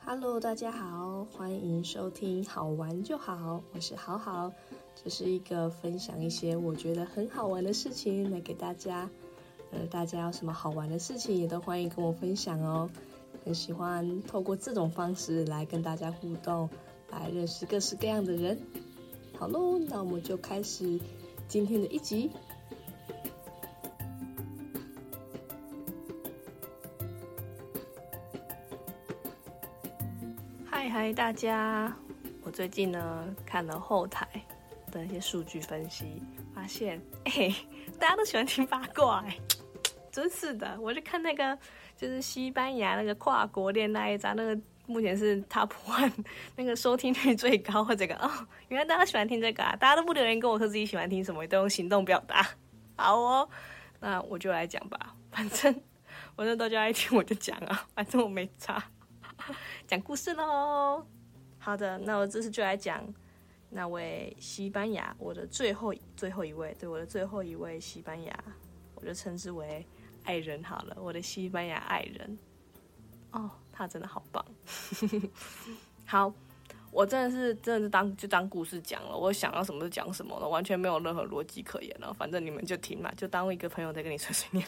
Hello， 大家好，欢迎收听好玩就好，我是好好，这是一个分享一些我觉得很好玩的事情来给大家，大家有什么好玩的事情也都欢迎跟我分享哦，很喜欢透过这种方式来跟大家互动，来认识各式各样的人。好咯，那我们就开始今天的一集。嗨，大家！我最近呢看了后台的一些数据分析，发现大家都喜欢听八卦真是的！我就看那个就是西班牙那个跨国恋爱一章，那个目前是 Top 1，那个收听率最高的这个原来大家喜欢听这个啊！大家都不留言跟我说自己喜欢听什么，都用行动表达。好哦，那我就来讲吧，反正大家爱听我就讲啊，反正我没差。讲故事咯。好的，那我这次就来讲那位西班牙，我的最后一位西班牙，我就称之为爱人好了，我的西班牙爱人。他真的好棒。好，我真的是当故事讲了，我想到什么就讲什么了，完全没有任何逻辑可言了。反正你们就听嘛，就当一个朋友在跟你碎碎念。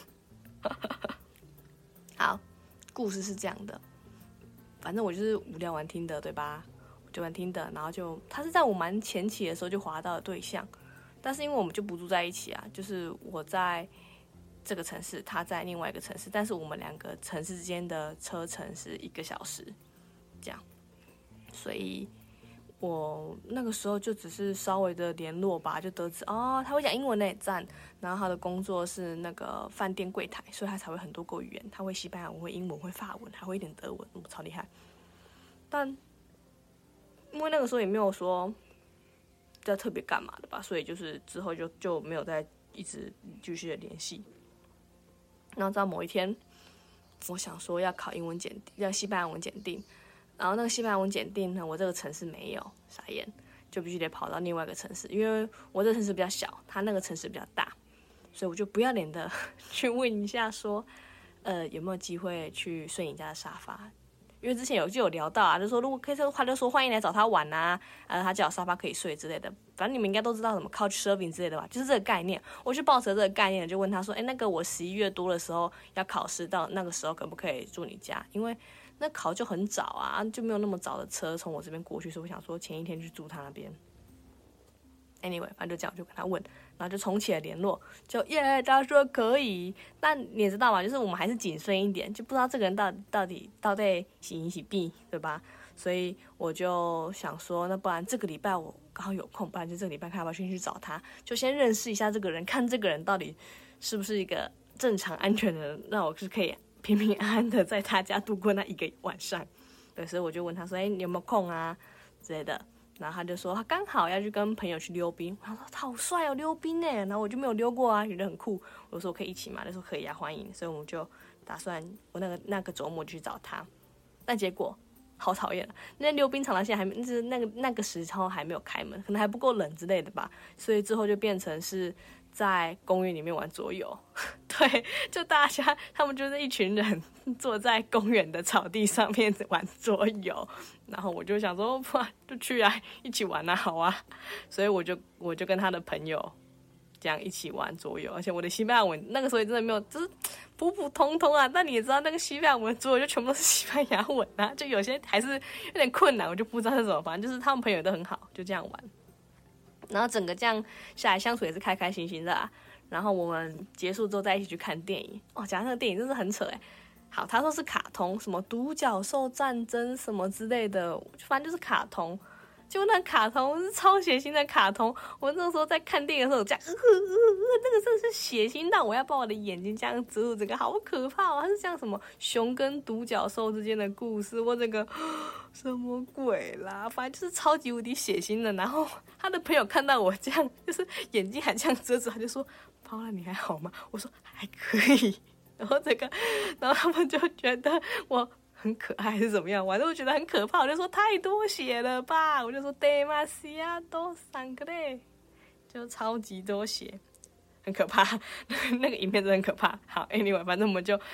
好，故事是这样的。反正我就是无聊玩听的，对吧？我就玩听的，然后他是在我蛮前期的时候就滑到的对象，但是因为我们就不住在一起啊，就是我在这个城市，他在另外一个城市，但是我们两个城市之间的车程是1个小时，这样，所以我那个时候就只是稍微的联络吧，就得知他会讲英文那赞，然后他的工作是那个饭店柜台，所以他才会很多个语言，他会西班牙文、会英文、会法文，还会一点德文，超厉害。但因为那个时候也没有说在特别干嘛的吧，所以就是之后就没有再一直继续的联系。然后到某一天，我想说要考英文检定，要西班牙文检定。然后那个西班牙文检定呢，我这个城市没有，傻眼，就必须得跑到另外一个城市，因为我这个城市比较小，他那个城市比较大，所以我就不要脸的去问一下说，有没有机会去睡你家的沙发？因为之前就有聊到啊，就说如果可以的话，就说欢迎来找他玩啊，他家有沙发可以睡之类的。反正你们应该都知道什么 couch surfing 之类的吧，就是这个概念。我就抱持这个概念，就问他说，那个我11月多的时候要考试，到那个时候可不可以住你家？因为那考就很早啊，就没有那么早的车从我这边过去，所以我想说前一天去住他那边。Anyway， 反正就这样，就跟他问，然后就重启了联络，就他说可以。但你也知道嘛，就是我们还是谨慎一点，就不知道这个人到底喜避，对吧？所以我就想说，那不然这个礼拜我刚好有空，不然就这个礼拜看要不要先去找他，就先认识一下这个人，看这个人到底是不是一个正常安全的人，那我是可以平平安安的在他家度过那1个晚上。对，所以我就问他说，你有没有空啊之类的。然后他就说他刚好要去跟朋友去溜冰，我说他好帅哦，溜冰耶，然后我就没有溜过啊，觉得很酷，我说可以一起嘛，他说可以啊，欢迎，所以我们就打算我那个周末去找他，但结果好讨厌，那溜冰场到现在还没，就是那个时候还没有开门，可能还不够冷之类的吧，所以之后就变成是在公园里面玩桌游。对，就大家他们就是一群人坐在公园的草地上面玩桌游，然后我就想说就去啊，一起玩啊，好啊，所以我就跟他的朋友这样一起玩桌游，而且我的西班牙文那个时候也真的没有，就是普普通通啊，但你也知道那个西班牙文桌游就全部都是西班牙文啊，就有些还是有点困难，我就不知道是什么，反正就是他们朋友都很好，就这样玩，然后整个这样下来相处也是开开心心的啊。然后我们结束之后再一起去看电影讲那个电影真是很扯好，他说是卡通，什么独角兽战争什么之类的，反正就是卡通。结果那卡通是超血腥的卡通，我那时候在看电影的时候这样，那个真的是血腥到我要把我的眼睛这样遮住，整个好可怕哦！它是像什么熊跟独角兽之间的故事，我整个什么鬼啦，反正就是超级无敌血腥的。然后他的朋友看到我这样，就是眼睛还这样遮住，他就说：“Paula，你还好吗？”我说：“还可以。”然后他们就觉得我很可爱还是怎么样，反正我觉得很可怕，我就说太多血了吧，我就说 demasiado sangre， 就超级多血，很可怕。那个影片真的很可怕。好 ，anyway， 反正我们就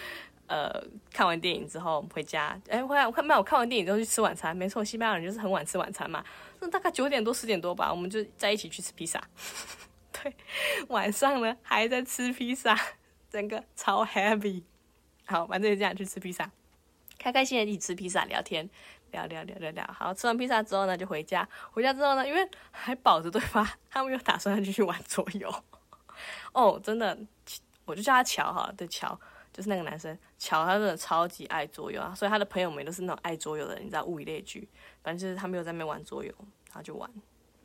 看完电影之后回家，回来我看完电影之后去吃晚餐，没错，西班牙人就是很晚吃晚餐嘛，那大概9点多10点多吧，我们就在一起去吃披萨。对，晚上呢还在吃披萨，整个超 happy。好，反正就这样去吃披萨，开开心心的一起吃披萨，聊天，聊。好，吃完披萨之后呢，就回家。回家之后呢，因为还保着对方，他们又打算继续玩桌游。哦，真的，我就叫他乔哈，对，乔就是那个男生，乔他真的超级爱桌游啊，所以他的朋友们都是那种爱桌游的人，你知道，物以类聚。反正就是他们有在那边玩桌游，然后就玩，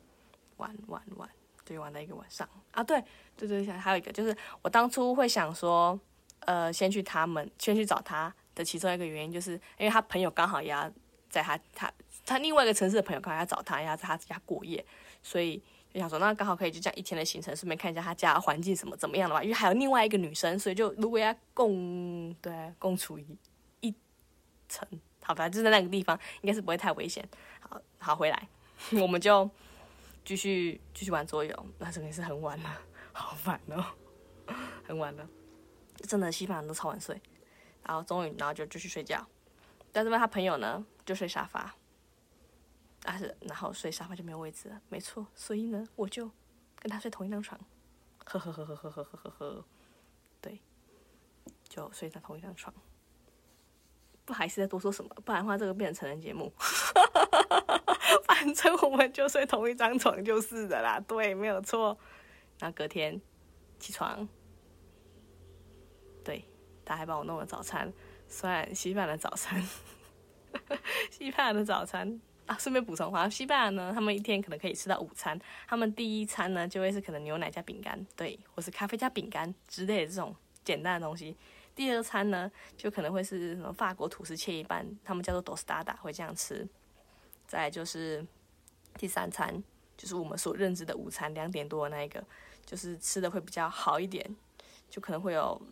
对，玩了一个晚上啊。对，还有一个就是我当初会想说，先去找他的其中一个原因，就是因为他朋友刚好也要在他另外一个城市的朋友刚好要找他，要在他家过夜，所以就想说那刚好可以就这样一天的行程，顺便看一下他家的环境怎么样的吧。因为还有另外一个女生，所以就如果要共处一层，好吧，就是在那个地方应该是不会太危险。好回来，我们就继续玩桌游，那真的是很晚了，好烦哦，很晚了。真的西班牙人都超晚睡，然后终于就去睡觉，但是他朋友呢就睡沙发，然后睡沙发就没有位置了，没错，所以呢我就跟他睡同一张床，对，就睡在同一张床，不好意思再多说什么，不然的话这个变成成人节目，反正我们就睡同一张床就是的啦，对，没有错，然后隔天起床。对，他还帮我弄了早餐，虽然西班牙的早餐，啊，顺便补充话，西班牙呢，他们一天可能可以吃到午餐，他们第一餐呢就会是可能牛奶加饼干，对，或是咖啡加饼干之类的这种简单的东西。第二餐呢，就可能会是什么法国吐司切一半，他们叫做 tostada， 会这样吃。再来就是第三餐，就是我们所认知的午餐，2点多的那一个，就是吃的会比较好一点，就可能会有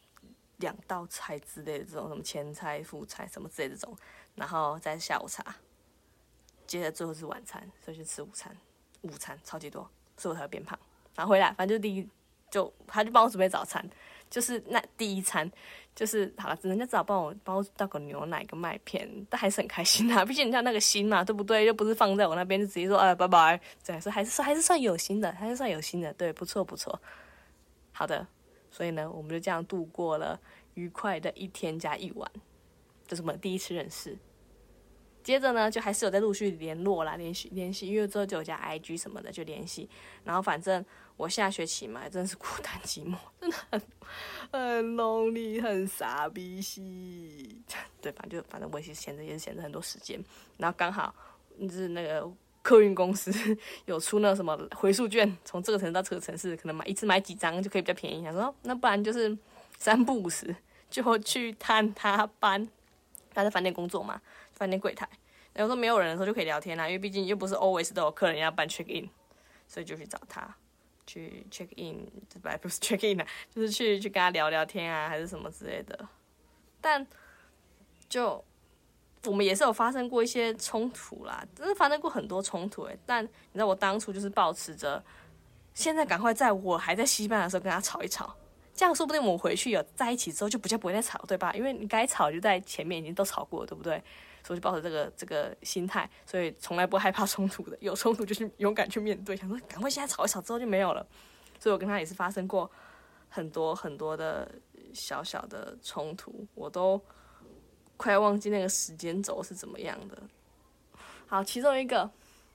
2道菜之类的这种，什么前菜、副菜什么之类的这种，然后再下午茶，接着最后是晚餐，所以就吃午餐超级多，所以我才会变胖。然后回来，反正他就帮我准备早餐，就是那第一餐，就是好了，人家只好帮我倒个牛奶跟麦片，但还是很开心啊，毕竟人家那个心嘛，对不对？又不是放在我那边就直接说拜拜，这还是算有心的，对，不错。好的。所以呢，我们就这样度过了愉快的1天加1晚，这是我们第一次认识。接着呢，就还是有在陆续联络啦，联系，因为之后就有加 IG 什么的就联系。然后反正我下学期嘛，真的是孤单寂寞，真的很 lonely， 很傻逼兮。对，反正我也是闲着很多时间。然后刚好就是那个客运公司有出那什么回数券，从这个城市到这个城市，可能一次买几张就可以比较便宜。想说那不然就是3不5时就去探他班，他在饭店工作嘛，饭店柜台。然后说没有人的时候就可以聊天啦，因为毕竟又不是 always 都有客人要办 check in， 所以就去找他去 check in， 不是 check in 啊，就是去跟他聊聊天啊，还是什么之类的。但就我们也是有发生过一些冲突啦，真的发生过很多冲突但你知道我当初就是抱持着，现在赶快在我还在西班牙的时候跟他吵一吵，这样说不定我们回去有在一起之后就比较不会再吵，对吧？因为你该吵就在前面已经都吵过了，对不对？所以就抱着这个心态，所以从来不害怕冲突的，有冲突就是勇敢去面对，想说赶快现在吵一吵之后就没有了。所以我跟他也是发生过很多的小的冲突，我都快要忘记那个时间轴是怎么样的。好，其中一个，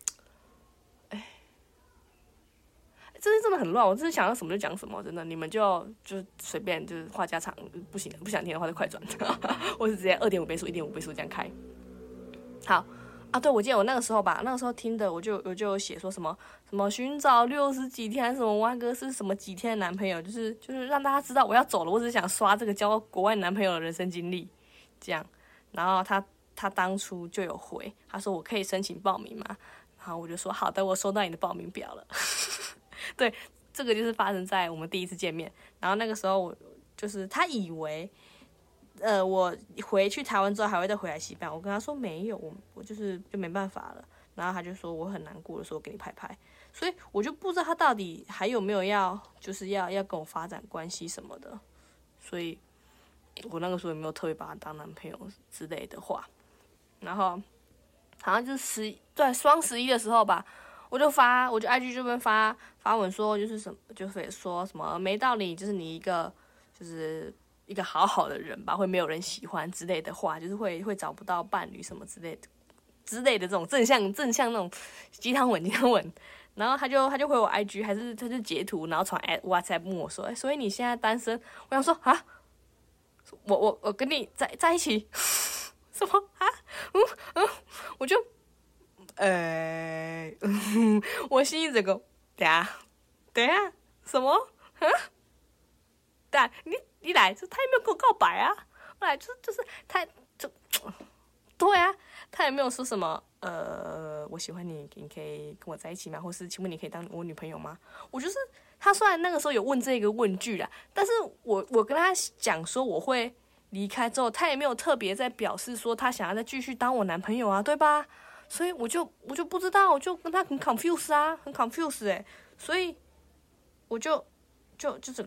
这是真的很乱，我真是想要什么就讲什么，真的，你们就随便就是话家常，不想听的话就快转，或是直接2.5倍速、1.5倍速这样开。好啊，对，我记得我那个时候听的，我就有写说什么寻找60几天还是什么哇哥是什么几天的男朋友，就是让大家知道我要走了，我只是想刷这个交国外男朋友的人生经历，这样。然后他当初就有回，他说我可以申请报名吗？然后我就说好的，我收到你的报名表了。对，这个就是发生在我们第一次见面。然后那个时候我就是他以为，我回去台湾之后还会再回来西班牙。我跟他说没有，我就没办法了。然后他就说我很难过的说给你拍拍。所以我就不知道他到底还有没有要跟我发展关系什么的。所以我那个时候也没有特别把他当男朋友之类的话。然后好像就是对双11的时候吧，我就 IG 这边发文说，就是什么，就是说什么没道理，就是你一个就是一个好好的人吧，会没有人喜欢之类的话，就是会找不到伴侣什么之类的这种正向那种鸡汤文。然后他就回我 IG， 还是他就截图，然后传 WhatsApp 问我说，所以你现在单身？我想说啊，我跟你在一起什么啊？我就我心里整个等下什么？你来，他也没有跟我告白啊。后来就是他就对啊，他也没有说什么我喜欢你，你可以跟我在一起吗？或是请问你可以当我女朋友吗？我就是他虽然那个时候有问这个问句啦，但是我跟他讲说我会离开之后，他也没有特别在表示说他想要再继续当我男朋友啊，对吧？所以我就不知道，我就跟他很 confuse 啊，很 confuse 所以我就整个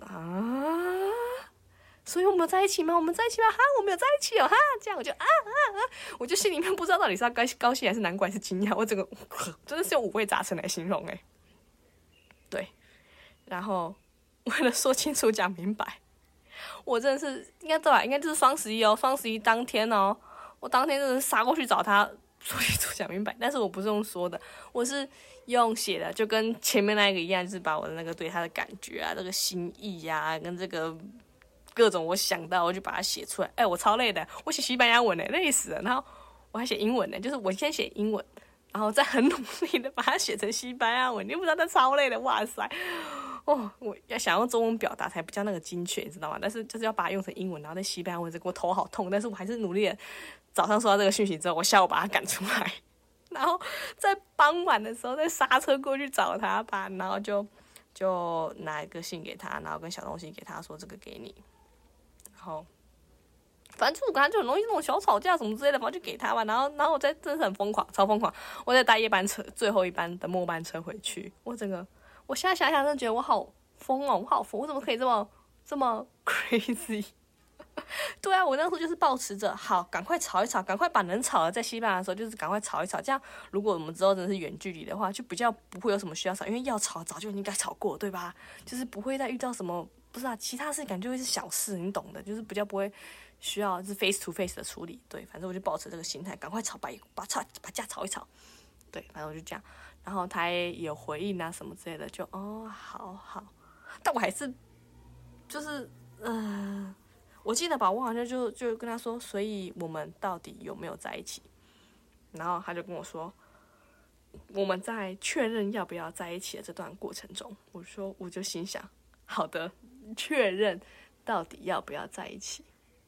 所以我们有在一起吗？我们在一起吗？哈，我们有在一起哦，哈，这样我就我就心里面不知道到底是要高兴还是难过还是惊讶，我整个真的是用五味杂陈来形容对，然后为了说清楚讲明白，我真的是应该对吧？应该就是双11哦，双11当天哦，我当天真的是杀过去找他说清楚讲明白，但是我不是用说的，我是用写的，就跟前面那个一样，就是把我的那个对他的感觉啊，这个心意啊，跟这个各种我想到，我就把它写出来。我超累的，我写西班牙文累死了。然后我还写英文就是我先写英文，然后再很努力的把它写成西班牙文。你不知道那超累的，哇塞！我要想用中文表达才比较那个精确，你知道吗？但是就是要把它用成英文，然后在西班牙文，这个我头好痛。但是我还是努力的。早上收到这个讯息之后，我下午把它赶出来，然后在傍晚的时候再刹车过去找他吧，然后就拿一个信给他，然后跟小东西给他说这个给你。然后反正就是我跟他就很容易那种小吵架什么之类的，反正就给他吧。然后我真的是很疯狂，超疯狂。我在搭夜班车，最后一班的末班车回去。我现在想想真的觉得我好疯哦，我好疯，我怎么可以这么 crazy？ 对啊，我那时候就是抱持着好，赶快吵一吵，赶快把能吵的在西班牙的时候就是赶快吵一吵。这样如果我们之后真的是远距离的话，就比较不会有什么需要吵，因为要吵早就应该吵过，对吧？就是不会再遇到什么。不是啊，其他事感觉会是小事，你懂的，就是比较不会需要是 face to face 的处理。对，反正我就保持这个心态，赶快吵，把架吵一吵。对，反正我就这样。然后他也有回应啊什么之类的，就好。但我还是就是我记得吧，我好像就跟他说，所以我们到底有没有在一起？然后他就跟我说，我们在确认要不要在一起的这段过程中，我就心想，好的。确认到底要不要在一起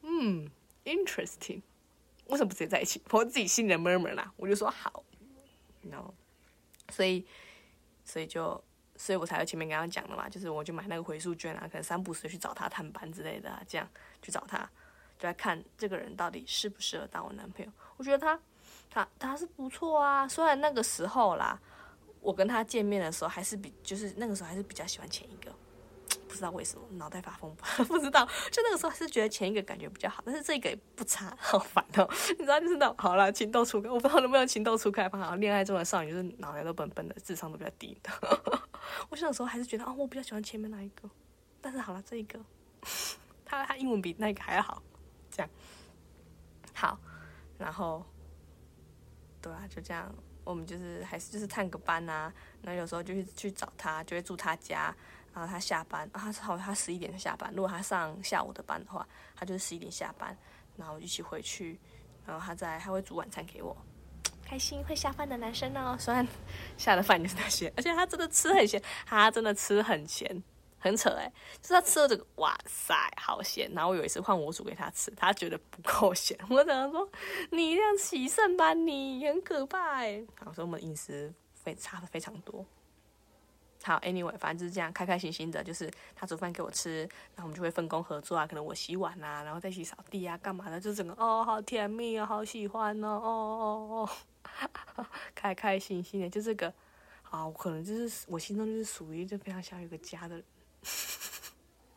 ，interesting， 为什么不直接在一起？我自己心里的 murmur 啦，我就说好，然后，所以我才有前面刚刚讲的嘛，就是我就买那个回数券啊，可能3不时去找他探班之类的这样去找他，就来看这个人到底适不适合当我男朋友。我觉得他是不错啊，虽然那个时候啦，我跟他见面的时候还是就是那个时候还是比较喜欢前一个。不知道为什么脑袋发疯吧，不知道。就那个时候还是觉得前一个感觉比较好，但是这个也不差，好烦哦。你知道，就是那种好了，情窦初开，我不知道能不能情窦初开吧。好，恋爱中的少女就是脑袋都笨笨的，智商都比较低的。我那时候还是觉得我比较喜欢前面那一个，但是好了，这一个他英文比那个还要好，这样好，然后对啊，就这样。我们就是还是就是探个班啊，然后有时候就去找他，就会住他家。然后他下班，他11点下班。如果他上下午的班的话，他就是11点下班，然后一起回去。然后他会煮晚餐给我，开心会下饭的男生哦。虽然下的饭就是那些，而且他真的吃很咸，他真的吃很咸，很扯就是他吃了这个，哇塞，好咸。然后有一次换我煮给他吃，他觉得不够咸，我只能说你这样洗肾吧，你很可怕好，所以我们饮食差的非常多。好 ，anyway， 反正就是这样，开开心心的，就是他煮饭给我吃，然后我们就会分工合作啊，可能我洗碗啊，然后再一起扫地啊，干嘛的，就整个好甜蜜啊，好喜欢哦，开开心心的，就这个，我可能就是我心中就是属于就非常想有个家的人，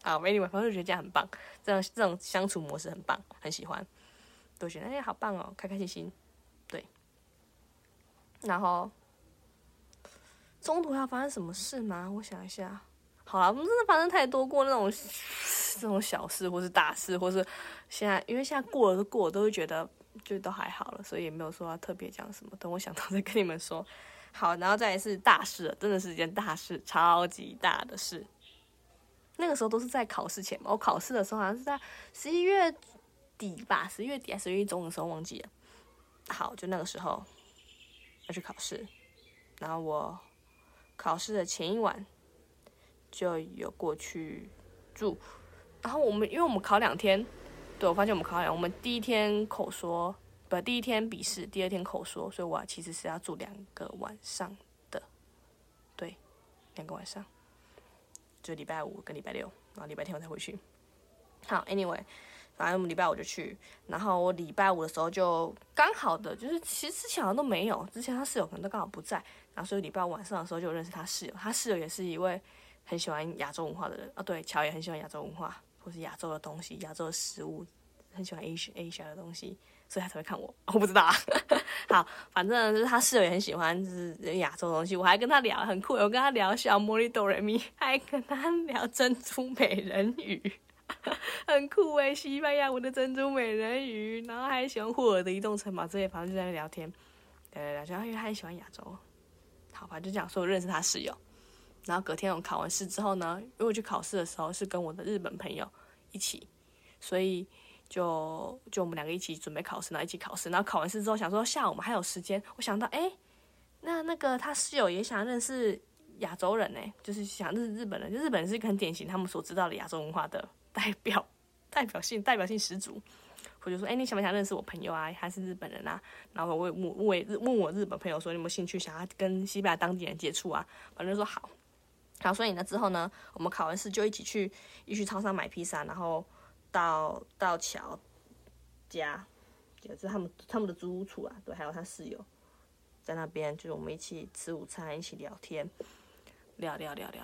啊，anyway，反正就觉得这样很棒，这种相处模式很棒，很喜欢，都觉得好棒哦，开开心心，对。然后中途还要发生什么事吗？我想一下，好啦，我们真的发生太多过那种这种小事，或是大事，或是现在因为现在过了，都会觉得就都还好了，所以也没有说要特别讲什么。等我想到再跟你们说。好，然后再来是大事了，真的是一件大事，超级大的事。那个时候都是在考试前嘛，我考试的时候好像是在11月底吧，11月底还是11月中的时候忘记了。好，就那个时候要去考试，然后我考试的前一晚就有过去住，然后因为我们考2天，对，我发现我们考我们第一天口说，第一天笔试，第二天口说，所以我其实是要住2个晚上的，对，2个晚上，就礼拜5跟礼拜6，然后礼拜天我才回去。好 ，anyway， 反正我们礼拜5就去，然后我礼拜5的时候就刚好的，就是其实之前好像都没有，之前他室友可能都刚好不在，然后所以礼拜5晚上的时候就认识他室友，他室友也是一位很喜欢亚洲文化的人啊，对，乔也很喜欢亚洲文化或是亚洲的东西，亚洲的食物，很喜欢 Asia 的东西，所以他才会看我，我不知道啊。好，反正就是他室友也很喜欢就是亚洲的东西，我还跟他聊很酷，我跟他聊小魔女哆瑞咪，还跟他聊珍珠美人鱼。很酷诶，西班牙文的珍珠美人鱼，然后还喜欢霍尔的移动城堡这些，反正就在那聊天，聊，因为他也喜欢亚洲。好，反正就这样，所以我认识他室友。然后隔天我考完试之后呢，因为我去考试的时候是跟我的日本朋友一起，所以就我们2个一起准备考试，然后一起考试。然后考完试之后想说下午我们还有时间，我想到那个他室友也想认识亚洲人呢，就是想认识日本人，就日本人是一个很典型他们所知道的亚洲文化的代表性十足。我就说，你想不想认识我朋友啊？他是日本人啊。然后我问我日本朋友说，你有没有兴趣想要跟西班牙当地人接触啊？反正就说好。好，所以呢之后呢，我们考完试就一起去超商买披萨，然后到乔家，就是他们的租屋处啊，对，还有他室友在那边，就是我们一起吃午餐，一起聊天，聊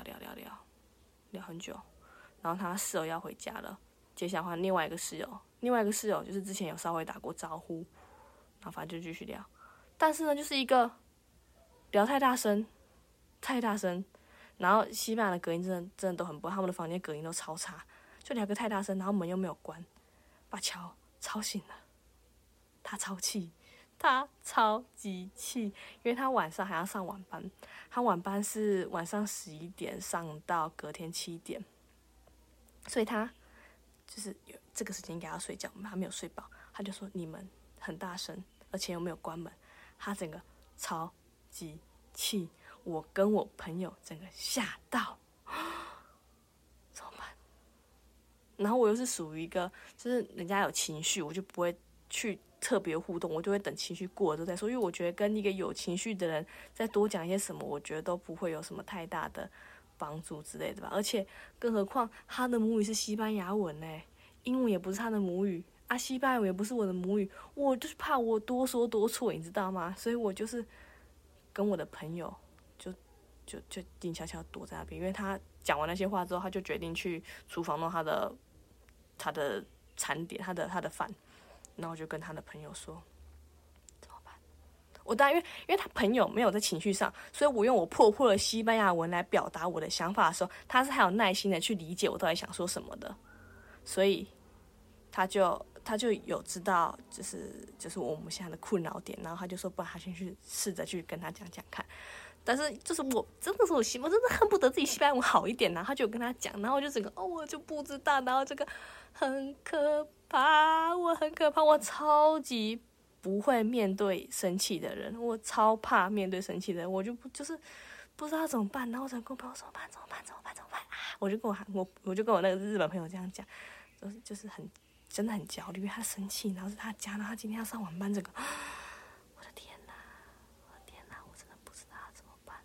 很久。然后他室友要回家了，接下来换另外一个室友就是之前有稍微打过招呼，然后反正就继续聊。但是呢，就是一个聊太大声，然后西班牙的隔音真的都很不好，他们的房间隔音都超差，就聊个太大声，然后门又没有关，把乔吵醒了。他超级气，因为他晚上还要上晚班，他晚班是晚上11点上到隔天7点，所以他就是有这个时间应该要睡觉，他没有睡饱，他就说你们很大声，而且又没有关门，他整个超级气，我跟我朋友整个吓到，怎么办？然后我又是属于一个，就是人家有情绪，我就不会去特别互动，我就会等情绪过了之后再说，因为我觉得跟一个有情绪的人再多讲一些什么，我觉得都不会有什么太大的帮助之类的吧。而且更何况他的母语是西班牙文英文也不是他的母语啊，西班牙文也不是我的母语，我就是怕我多说多错，你知道吗？所以我就是跟我的朋友就静悄悄躲在那边，因为他讲完那些话之后，他就决定去厨房弄他的餐点，他的饭。然后我就跟他的朋友说怎么办？我当然因为他朋友没有在情绪上，所以我用我破的西班牙文来表达我的想法的时候，他是还有耐心的去理解我到底想说什么的，所以他就有知道就是我们现在的困扰点，然后他就说不然他先去试着去跟他讲看。但是就是我真的是我真的恨不得自己西班牙文好一点，然后他就跟他讲，然后我就整个我就不知道，然后这个很可怕，我很可怕，我超级不会面对生气的人，我超怕面对生气的人，我就是不知道怎么办，然后我就跟我朋友怎么办啊，我就跟我那个日本朋友这样讲，就是真的很焦虑，因为他生气，然后是他家，然后他今天要上晚班，这个我的天哪，我真的不知道怎么办。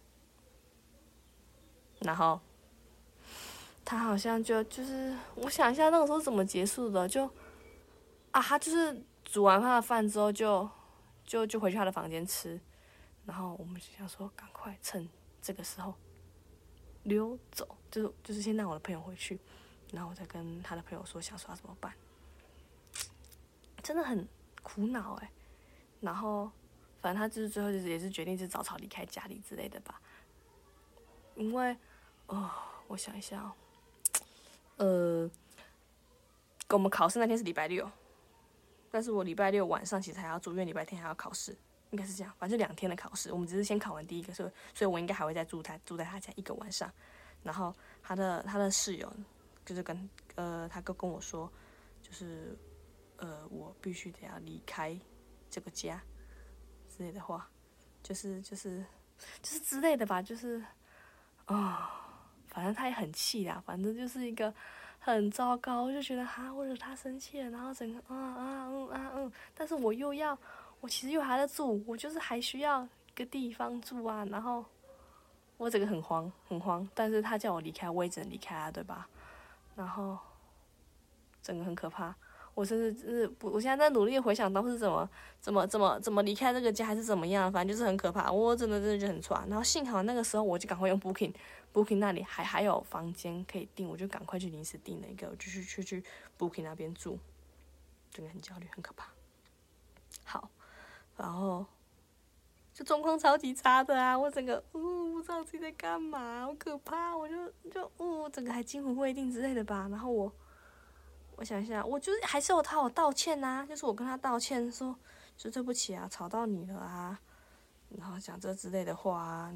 然后他好像就是我想一下那个时候怎么结束的，他就是煮完他的饭之后就回去他的房间吃，然后我们就想说赶快趁这个时候溜走，就是先让我的朋友回去， 然后我再跟他的朋友说想说要怎么办，真的很苦恼然后反正他就是最后就是也是决定是早早离开家里之类的吧，因为我想一下我们考试那天是礼拜六，但是我礼拜六晚上其实还要住，因为礼拜天还要考试，应该是这样，反正就2天的考试，我们只是先考完第一个，所以我应该还会再住在他家1个晚上。然后他的室友就是他跟我说，就是我必须得要离开这个家之类的话，就是之类的吧，就是反正他也很气啦，反正就是一个很糟糕，我就觉得我惹他生气了，然后整个但是我其实又还在住，我就是还需要一个地方住啊，然后我整个很慌，但是他叫我离开，我也只能离开啊，对吧？然后整个很可怕，我甚至是我现在在努力回想当时怎么离开这个家，还是怎么样，反正就是很可怕，我真的就很喘。然后幸好那个时候我就赶快用 booking 那里还有房间可以订，我就赶快去临时订了一个，我就去 booking 那边住，真的很焦虑，很可怕。好，然后就状况超级差的啊，我整个不知道自己在干嘛，好可怕，我就整个还惊魂未定之类的吧。然后我想一下，我就是还是有我道歉啊，就是我跟他道歉说对不起啊，吵到你了啊，然后讲这之类的话啊，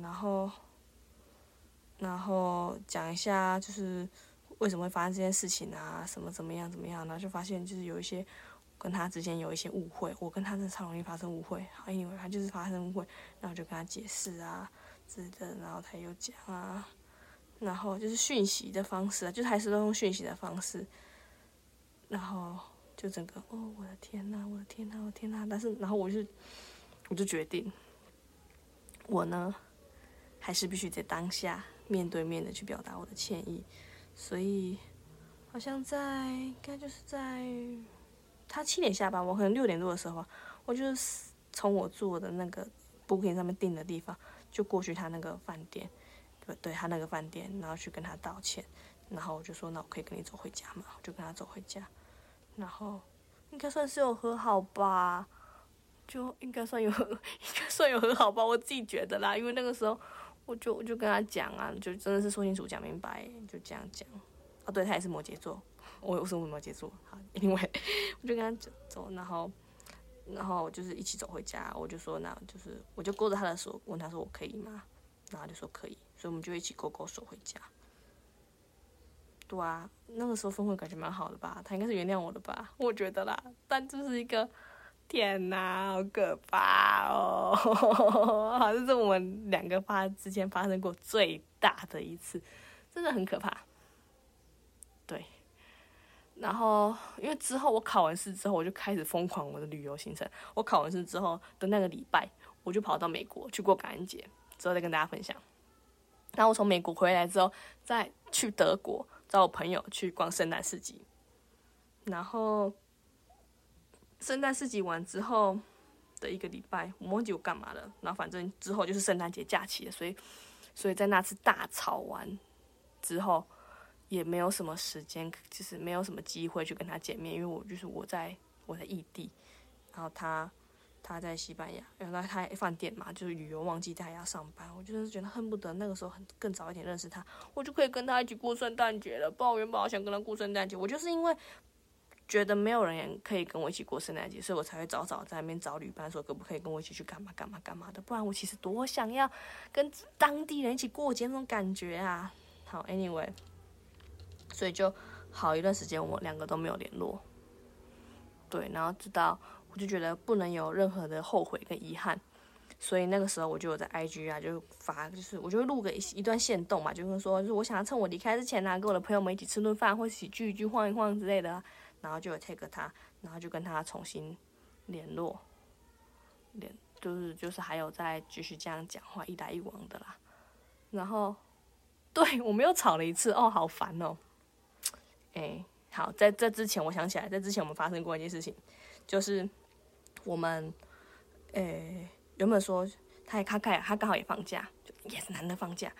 然后讲一下就是为什么会发生这件事情啊，什么怎么样，然后就发现就是有一些跟他之间有一些误会，我跟他真的超容易发生误会。好，anyway，他就是发生误会，然后就跟他解释啊之类的，然后他又讲啊，然后就是讯息的方式啊，就是还是都用讯息的方式，然后就整个我的天哪，但是然后我就决定，我呢还是必须在当下面对面的去表达我的歉意，所以好像应该就是在他7点下班，我可能6点多的时候，我就是从我住的那个 booking 上面订的地方，就过去他那个饭店，对他那个饭店，然后去跟他道歉，然后我就说那我可以跟你走回家嘛，我就跟他走回家，然后应该算是有和好吧，就应该算有和好吧，我自己觉得啦，因为那个时候我就跟他讲啊，就真的是说清楚讲明白，就这样讲。对，他也是摩羯座，我是摩羯座。好，因为我就跟他走，然后就是一起走回家。我就说，那就是我就勾着他的手，问他说我可以吗？然后他就说可以，所以我们就一起勾手回家。对啊，那个时候氛围感觉蛮好的吧？他应该是原谅我的吧？我觉得啦，但就是一个天哪，好可怕哦！好像是我们2个之间发生过最大的一次，真的很可怕。对，然后因为之后我考完试之后，我就开始疯狂我的旅游行程。我考完试之后的那个礼拜，我就跑到美国去过感恩节，之后再跟大家分享。然后我从美国回来之后，再去德国找我朋友去逛圣诞市集。然后圣诞市集完之后的1个礼拜，我忘记我干嘛了。然后反正之后就是圣诞节假期了，所以在那次大吵完之后，也没有什么时间，就是没有什么机会去跟他见面，因为我在异地，然后他在西班牙，然后他饭店嘛，就是旅游旺季他也要上班，我就是觉得恨不得那个时候更早一点认识他，我就可以跟他一起过圣诞节了。不然我原本好想跟他过圣诞节，我就是因为觉得没有人可以跟我一起过圣诞节，所以我才会早在那边找旅伴，说可不可以跟我一起去干嘛的。不然我其实多想要跟当地人一起过节那种感觉啊。好 ，anyway。所以就好一段时间，我2个都没有联络。对，然后直到我就觉得不能有任何的后悔跟遗憾，所以那个时候我就有在 IG 啊，就发，就是我就会录个一段限动嘛，就是说，就是我想要趁我离开之前啊，跟我的朋友们一起吃顿饭，或一起聚一聚、晃一晃之类的啊，然后就有 tag 他，然后就跟他重新联络，就是还有再继续这样讲话，一来一往的啦。然后，对，我们又吵了一次，好烦哦。好，在这之前我想起来，在之前我们发生过一件事情，就是我们原本说他刚好也放假，就也是难得放假，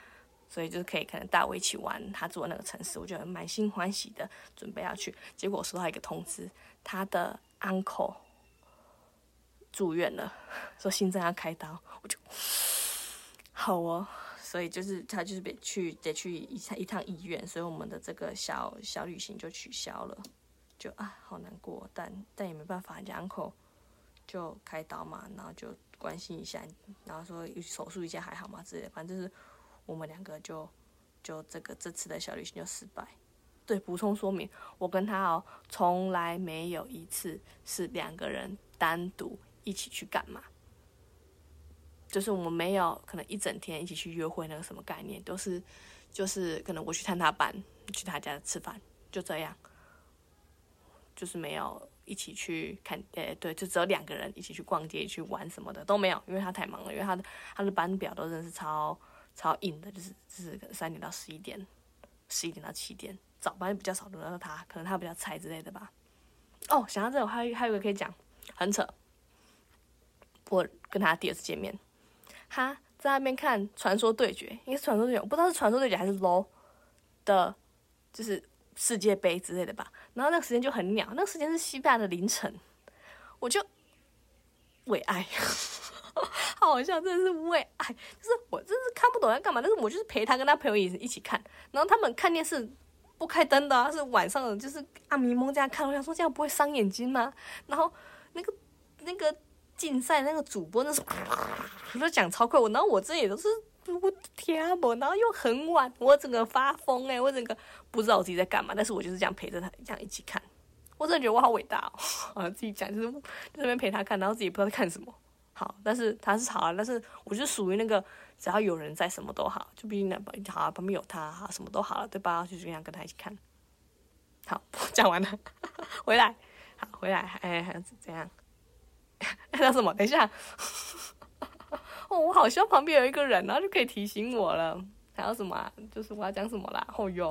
所以就是可以可能带我一起玩他住的那个城市，我就满心欢喜的准备要去。结果我收到一个通知，他的 uncle 住院了，说心脏要开刀，我就好哦。所以就是他就是得去一趟医院，所以我们的这个小旅行就取消了，就好难过，但也没办法，人家 uncle 就开刀嘛，然后就关心一下，然后说手术一下还好嘛之类的，反正就是我们两个就这次的小旅行就失败。对，补充说明，我跟他从来没有一次是2个人单独一起去干嘛。就是我们没有可能一整天一起去约会那个什么概念，都是就是可能我去探他班，去他家吃饭，就这样，就是没有一起去看，对，就只有2个人一起去逛街、去玩什么的都没有，因为他太忙了，因为他的班表都真的是超硬的，就是可能3点到11点，11点到7点，早班比较少轮到他，可能他比较菜之类的吧。哦，想到这个，还有一个可以讲，很扯，我跟他第2次见面。他在那边看《传说对决》，应该是《传说对决》，我不知道是《传说对决》还是 LOL 的，就是世界杯之类的吧。然后那个时间就很鸟，那个时间是西班牙的凌晨，我就为爱，好好笑，真的是为爱，就是我真是看不懂在干嘛，但是我就是陪他跟他朋友一起看，然后他们看电视不开灯的啊，是晚上的，就是迷蒙这样看，我想说这样不会伤眼睛吗？然后那个竞赛那个主播那是，我就讲超快，然后我这也都是我天啊，然后又很晚，我整个发疯我整个不知道我自己在干嘛，但是我就是这样陪着他这样一起看，我真的觉得我好伟大哦，自己讲就是在那边陪他看，然后自己也不知道在看什么。好，但是他是好啊，但是我就属于那个只要有人在什么都好，就毕竟好啊，旁边有他好什么都好了，对吧？就这样跟他一起看。好，讲完了，回来，好回来，还是怎样？叫什么？等一下，我好希望旁边有一个人，然后就可以提醒我了。还有什么啊？就是我要讲什么啦？哦哟，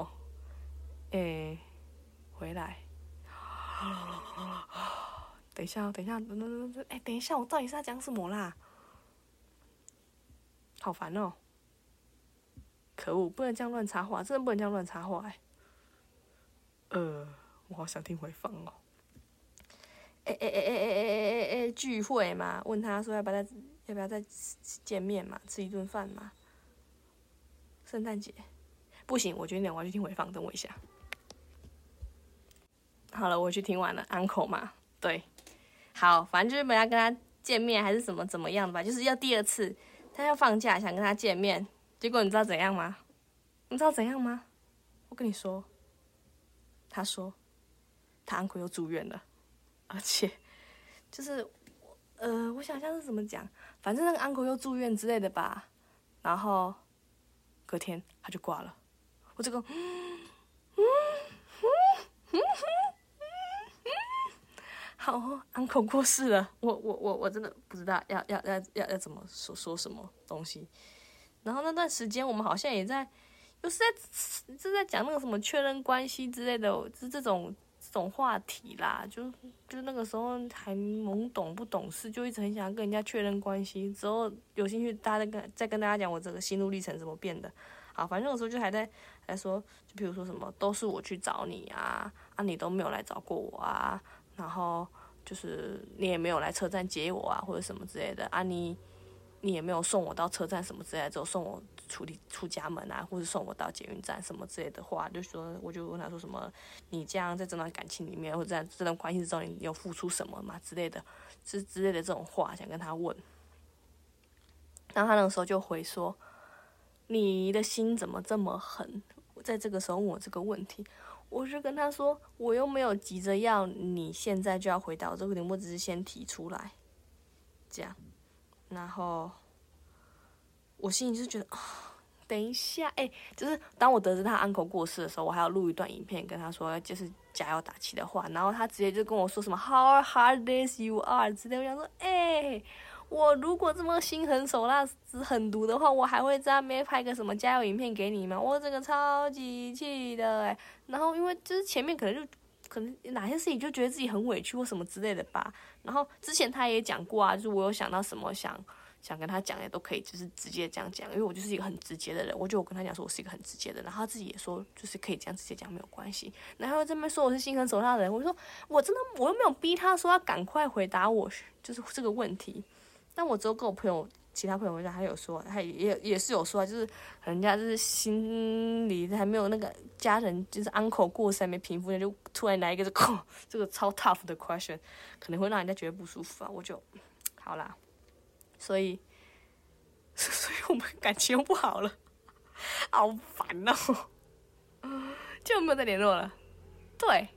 回来。等一下，等一下，我到底是要讲什么啦？好烦哦！可恶，不能这样乱插话，真的不能这样乱插话我好想听回放哦。聚会嘛，问他说要不要再见面嘛，吃一顿饭嘛。圣诞节不行，我决定我要去听回放，等我一下。好了，我去听完了 ，uncle 嘛，对，好，反正就是本来跟他见面还是怎么样的吧，就是要第2次，他要放假想跟他见面，结果你知道怎样吗？我跟你说，他说他 uncle 又住院了。而且，就是我想象是怎么讲，反正那个 uncle 又住院之类的吧，然后隔天他就挂了。我这个，好，uncle 过世了，我真的不知道要怎么说什么东西。然后那段时间我们好像也又是在讲那个什么确认关系之类的，就是这种话题啦，就那个时候还懵懂不懂事，就一直很想要跟人家确认关系。之后有兴趣，大家再跟大家讲我这个心路历程怎么变的。好，反正那个时候就还在说，就比如说什么都是我去找你啊，你都没有来找过我啊，然后就是你也没有来车站接我啊，或者什么之类的啊，你也没有送我到车站什么之类的，只有送我出家门啊，或者送我到捷运站什么之类的话，我就问他说什么，你这样在这段感情里面，或者在这段关系之中，你有付出什么嘛之类的，之类的这种话想跟他问。然后他那个时候就回说，你的心怎么这么狠？在这个时候问我这个问题，我就跟他说，我又没有急着要你现在就要回答我这个问题，我只是先提出来，这样。然后我心里就是觉得等一下，就是当我得知他 uncle 过世的时候，我还要录一段影片跟他说，就是加油打气的话，然后他直接就跟我说什么 How heartless you are 之类，我想说，我如果这么心狠手辣、狠毒的话，我还会在那边拍个什么加油影片给你吗？我这个超级气的然后因为就是前面可能哪些事情就觉得自己很委屈或什么之类的吧。然后之前他也讲过啊，就是我有想到什么想想跟他讲也都可以，就是直接这样讲，因为我就是一个很直接的人。我就跟他讲说我是一个很直接的人，然后他自己也说就是可以这样直接讲没有关系。然后这边说我是心狠手辣的人，我说我又没有逼他说要赶快回答我就是这个问题。但我之后跟我朋友其他朋友讲，他有说，他也是有说，就是人家就是心里还没有那个家人，就是 uncle 过世还没平复，就突然来一个这个超 tough 的 question， 可能会让人家觉得不舒服啊。我就好啦，所以我们感情又不好了，好烦哦，就没有再联络了。对，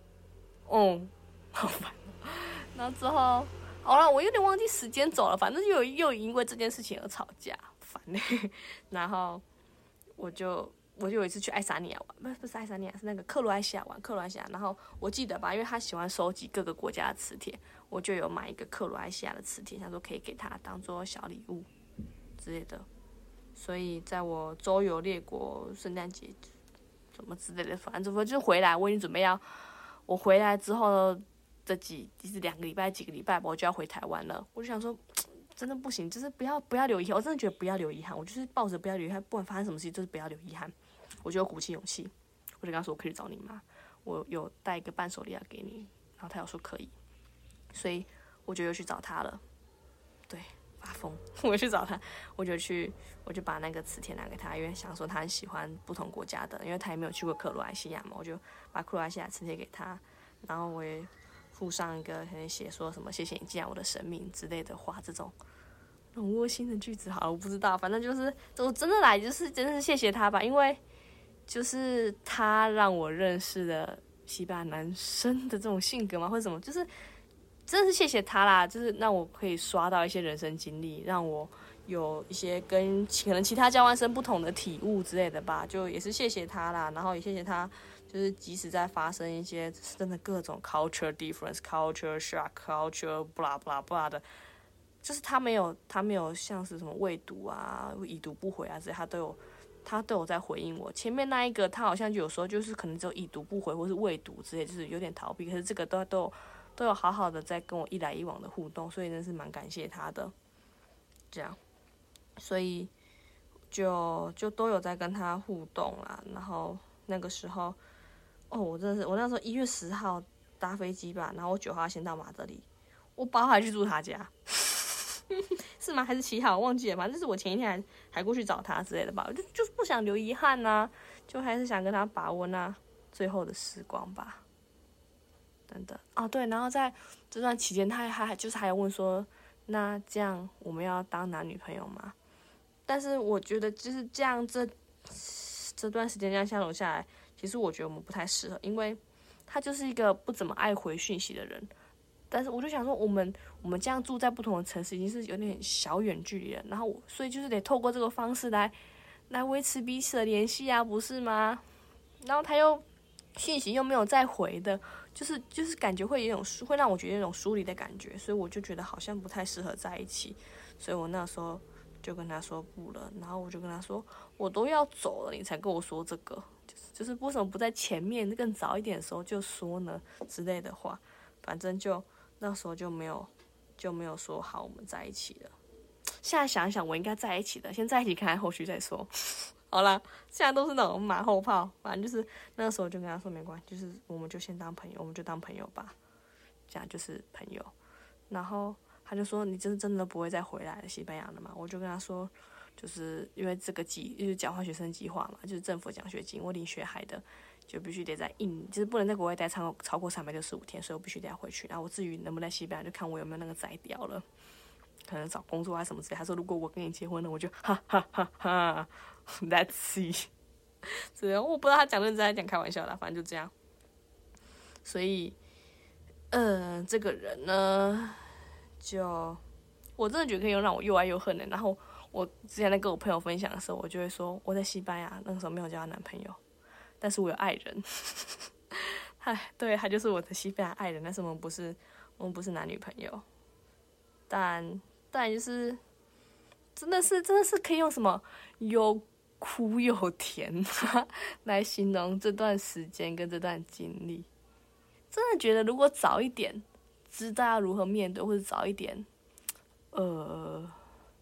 好烦。然后之后。好了，我有点忘记时间走了，反正又因为这件事情而吵架，烦然后我就有一次去爱沙尼亚玩，不是爱沙尼亚，是那个克罗埃西亚玩克罗埃西亚。然后我记得吧，因为他喜欢收集各个国家的磁铁，我就有买一个克罗埃西亚的磁铁，想说可以给他当做小礼物之类的。所以在我周游列国、圣诞节什么之类的，反正就是回来，我已经准备要我回来之后呢。就是2个礼拜、几个礼拜吧，我就要回台湾了。我就想说，真的不行，就是不要留遗憾。我真的觉得不要留遗憾。我就是抱着不要留遗憾，不管发生什么事情，就是不要留遗憾。我就有鼓起勇气，我就跟他说我可以找你妈，我有带一个伴手礼要给你，然后他有说可以，所以我就又去找他了。对，发疯，我去找他，我就把那个磁铁拿给他，因为想说他很喜欢不同国家的，因为他也没有去过克罗埃西亚嘛，我就把克罗埃西亚磁铁给他，然后我也。附上一个可能写说什么谢谢你进来我的生命之类的话，这种很窝心的句子，好了，我不知道，反正就是我真的来就是真的是谢谢他吧，因为就是他让我认识了西班牙男生的这种性格嘛，或者什么，就是真的是谢谢他啦，就是让我可以刷到一些人生经历，让我有一些跟可能其他交换生不同的体悟之类的吧，就也是谢谢他啦，然后也谢谢他。就是即使在发生一些真的各种 culture difference、culture shock、culture blah blah blah 的，就是他没有像是什么未读啊、已读不回啊之类，他都有在回应我。前面那一个他好像就有说，就是可能只有已读不回或是未读之类，就是有点逃避。可是这个都有好好的在跟我一来一往的互动，所以真的是蛮感谢他的。这样，所以就都有在跟他互动啦。然后那个时候。我真的是，我那时候1月10号搭飞机吧，然后我9号先到马德里，我8号还去住他家，是吗？还是7号？忘记了，反正就是我前一天还过去找他之类的吧，我就是不想留遗憾啊，就还是想跟他把握那最后的时光吧。等等，对，然后在这段期间，他还有问说，那这样我们要当男女朋友吗？但是我觉得就是这样，这段时间这样相处下来。其实我觉得我们不太适合，因为他就是一个不怎么爱回讯息的人。但是我就想说，我们这样住在不同的城市，已经是有点小远距离了。然后所以就是得透过这个方式来维持彼此的联系啊，不是吗？然后他又讯息又没有再回的，就是感觉会让我觉得有种疏离的感觉，所以我就觉得好像不太适合在一起。所以我那时候就跟他说不了，然后我就跟他说，我都要走了，你才跟我说这个。就是为什么不在前面更早一点的时候就说呢之类的话，反正就那时候就没有说好我们在一起了。现在想一想，我应该在一起的，先在一起看看后续再说。好啦，现在都是那种马后炮，反正就是那个时候就跟他说没关系，就是我们就先当朋友，我们就当朋友吧，这样就是朋友。然后他就说你真的不会再回来了西班牙了吗？我就跟他说。就是因为这个就是交换学生计划嘛，就是政府奖学金，我领学海的，就必须得在就是不能在国外待超过365天，所以我必须得要回去。然后我至于能不能在西班牙，就看我有没有那个摘掉了，可能找工作啊什么之类。他说如果我跟你结婚了，我就哈哈哈哈 ，Let's see。这样我不知道他讲认真还是讲开玩笑的，反正就这样。所以，这个人呢，就我真的觉得可以让我又爱又恨的。然后。我之前在跟我朋友分享的时候，我就会说我在西班牙那个时候没有交到男朋友，但是我有爱人。对，他就是我的西班牙爱人，但是我们不是男女朋友。但就是真的是可以用什么有苦有甜来形容这段时间跟这段经历。真的觉得如果早一点知道要如何面对，或者早一点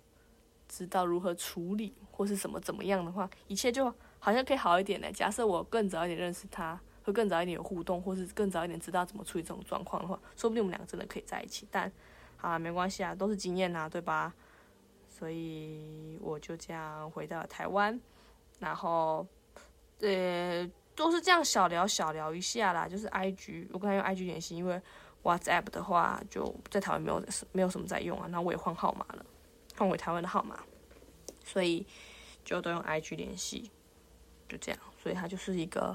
知道如何处理或是怎么样的话，一切就好像可以好一点呢。假设我更早一点认识他，会更早一点有互动，或是更早一点知道怎么处理这种状况的话，说不定我们两个真的可以在一起。但好啦，没关系啊，都是经验啊，对吧？所以我就这样回到了台湾，然后都是这样小聊一下啦，就是 IG， 我跟他用 IG 联系，因为 WhatsApp 的话就在台湾没有什么在用啊，然后我也换号码了，换回台湾的号码，所以就都用 IG 联系，就这样，所以他就是一个，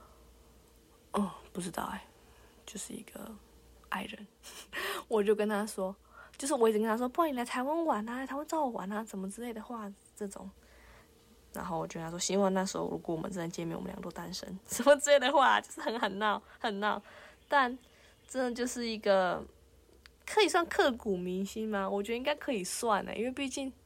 不知道就是一个爱人，我就跟他说。就是我一直跟他说，不然你来台湾玩啊，来台湾找我玩啊，怎么之类的话，这种。然后我就跟他说，希望那时候如果我们真的见面，我们俩都单身，什么之类的话，就是很闹。但真的就是一个可以算刻骨铭心吗？我觉得应该可以算因为毕竟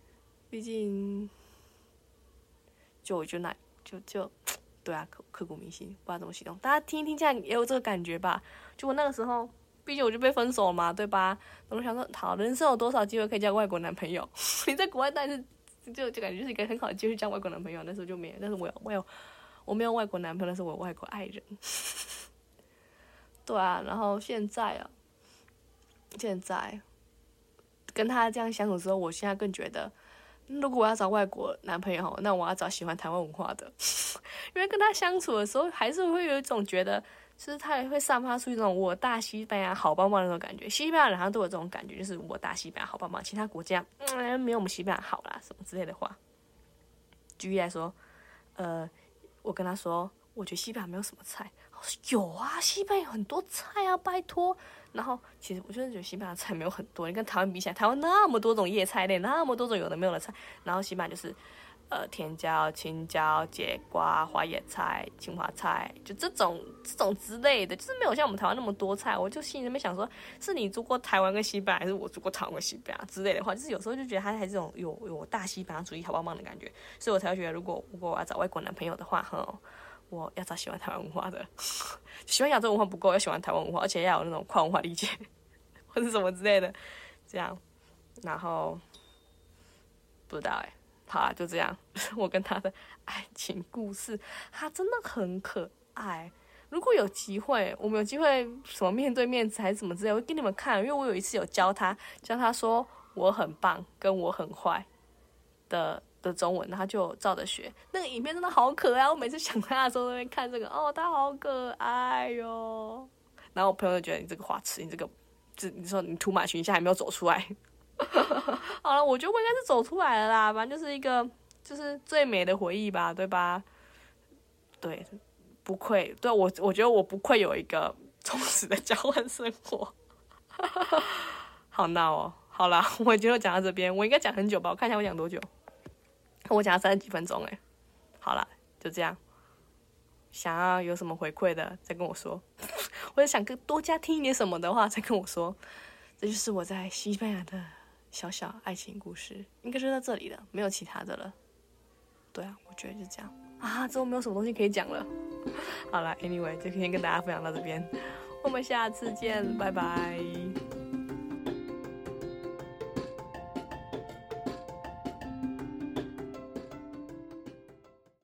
就对啊，刻骨铭心，不知道怎么形容。大家听一听，这样也有这个感觉吧？就我那个时候。毕竟我就被分手了嘛，对吧？我想说，好，人生有多少机会可以交外国男朋友？你在国外，但是就感觉就是一个很好的机会交外国男朋友。那时候就没有，但是我没有外国男朋友，但是我有外国爱人。对啊，然后现在跟他这样相处之后，我现在更觉得，如果我要找外国男朋友，那我要找喜欢台湾文化的，因为跟他相处的时候，还是会有一种觉得。就是他也会散发出一种我大西班牙好棒棒的那种感觉，西班牙人好像都有这种感觉，就是我大西班牙好棒棒，其他国家没有我们西班牙好啦，什么之类的话。举例来说，我跟他说，我觉得西班牙没有什么菜，我说有啊，西班牙有很多菜啊，拜托。然后其实我真的觉得西班牙菜没有很多，你跟台湾比起来，台湾那么多种叶菜类，那么多种有的没有的菜，然后西班牙就是。甜椒、青椒、节瓜、花椰菜、青花菜，就这种之类的，就是没有像我们台湾那么多菜。我就心里面想说，是你住过台湾跟西班牙，还是我住过台湾跟西班牙之类的话，就是有时候就觉得他还是这种有大西班牙主义好棒棒的感觉，所以我才会觉得，如果我要找外国男朋友的话，我要找喜欢台湾文化的，喜欢亚洲文化不够，要喜欢台湾文化，而且要有那种跨文化理解或者什么之类的，这样，然后不知道好啊，就这样，我跟他的爱情故事，他真的很可爱。如果有机会，我们有机会什么面对面还是什么之类，我会给你们看。因为我有一次有教他说我很棒跟我很坏的中文，然后他就照着学。那个影片真的好可爱，我每次想他的时候都会看这个，他好可爱哟。然后我朋友就觉得你这个花痴，你说你涂马群下还没有走出来。好了，我觉得我应该是走出来了啦，反正就是一个就是最美的回忆吧，对吧？对，不愧对我觉得我不愧有一个充实的交换生活。好闹哦，好啦，我今天就讲到这边，我应该讲很久吧？我看一下我讲多久，我讲了30几分钟好啦，就这样。想要有什么回馈的再跟我说，或者想多加听一点什么的话再跟我说。这就是我在西班牙的小小爱情故事，应该就到这里了，没有其他的了。对啊，我觉得就这样啊，之后没有什么东西可以讲了。好了 ，anyway，就先跟大家分享到这边，我们下次见，拜拜。